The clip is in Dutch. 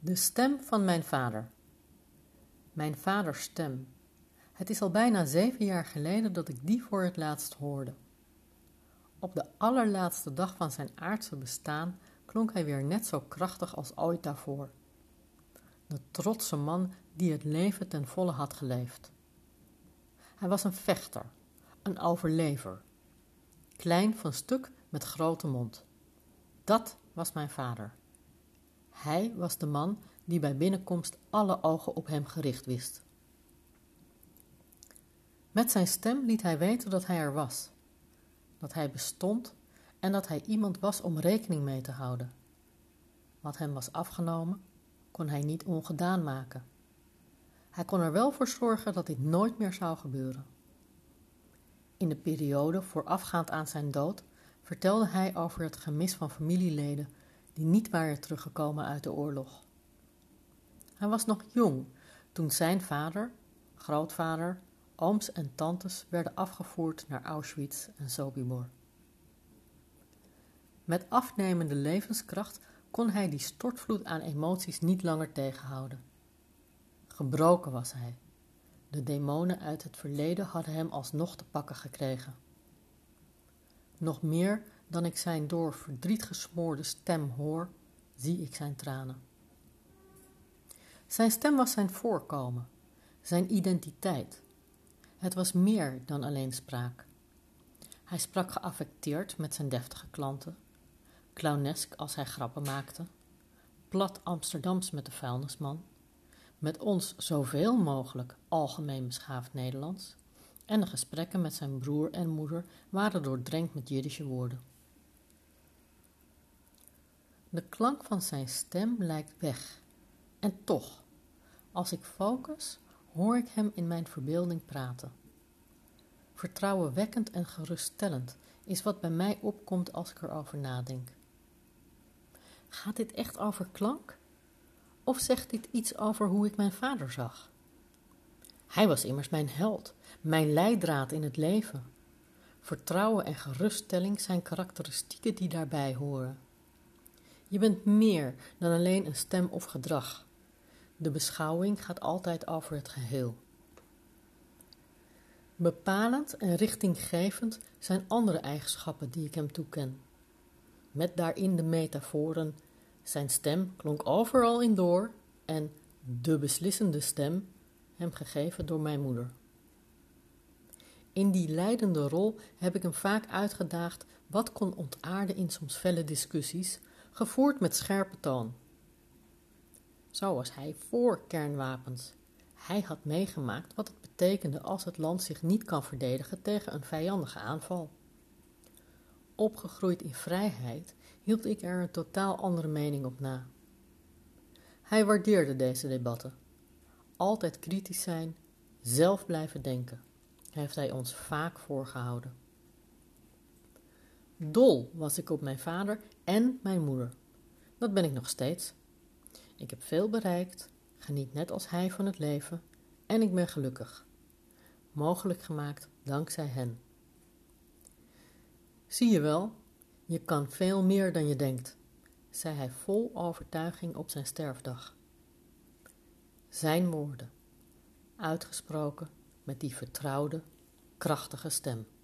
De stem van mijn vader. Mijn vaders stem. Het is al bijna 7 jaar geleden dat ik die voor het laatst hoorde. Op de allerlaatste dag van zijn aardse bestaan klonk hij weer net zo krachtig als ooit daarvoor. De trotse man die het leven ten volle had geleefd. Hij was een vechter, een overlever. Klein van stuk met grote mond. Dat was mijn vader. Hij was de man die bij binnenkomst alle ogen op hem gericht wist. Met zijn stem liet hij weten dat hij er was, dat hij bestond en dat hij iemand was om rekening mee te houden. Wat hem was afgenomen, kon hij niet ongedaan maken. Hij kon er wel voor zorgen dat dit nooit meer zou gebeuren. In de periode voorafgaand aan zijn dood vertelde hij over het gemis van familieleden die niet waren teruggekomen uit de oorlog. Hij was nog jong toen zijn vader, grootvader, ooms en tantes werden afgevoerd naar Auschwitz en Sobibor. Met afnemende levenskracht kon hij die stortvloed aan emoties niet langer tegenhouden. Gebroken was hij. De demonen uit het verleden hadden hem alsnog te pakken gekregen. Nog meer dan ik zijn door verdriet gesmoorde stem hoor, zie ik zijn tranen. Zijn stem was zijn voorkomen, zijn identiteit. Het was meer dan alleen spraak. Hij sprak geaffecteerd met zijn deftige klanten, clownesk als hij grappen maakte, plat Amsterdams met de vuilnisman, met ons zoveel mogelijk algemeen beschaafd Nederlands, en de gesprekken met zijn broer en moeder waren doordrenkt met Jiddische woorden. De klank van zijn stem lijkt weg, en toch, als ik focus, hoor ik hem in mijn verbeelding praten. Vertrouwenwekkend en geruststellend is wat bij mij opkomt als ik erover nadenk. Gaat dit echt over klank? Of zegt dit iets over hoe ik mijn vader zag? Hij was immers mijn held, mijn leidraad in het leven. Vertrouwen en geruststelling zijn karakteristieken die daarbij horen. Je bent meer dan alleen een stem of gedrag. De beschouwing gaat altijd over het geheel. Bepalend en richtinggevend zijn andere eigenschappen die ik hem toeken. Met daarin de metaforen, zijn stem klonk overal in door en de beslissende stem, hem gegeven door mijn moeder. In die leidende rol heb ik hem vaak uitgedaagd wat kon ontaarden in soms felle discussies, gevoerd met scherpe toon. Zo was hij voor kernwapens. Hij had meegemaakt wat het betekende als het land zich niet kan verdedigen tegen een vijandige aanval. Opgegroeid in vrijheid hield ik er een totaal andere mening op na. Hij waardeerde deze debatten. Altijd kritisch zijn, zelf blijven denken, heeft hij ons vaak voorgehouden. Dol was ik op mijn vader en mijn moeder. Dat ben ik nog steeds. Ik heb veel bereikt, geniet net als hij van het leven en ik ben gelukkig. Mogelijk gemaakt dankzij hen. Zie je wel, je kan veel meer dan je denkt, zei hij vol overtuiging op zijn sterfdag. Zijn woorden, uitgesproken met die vertrouwde, krachtige stem.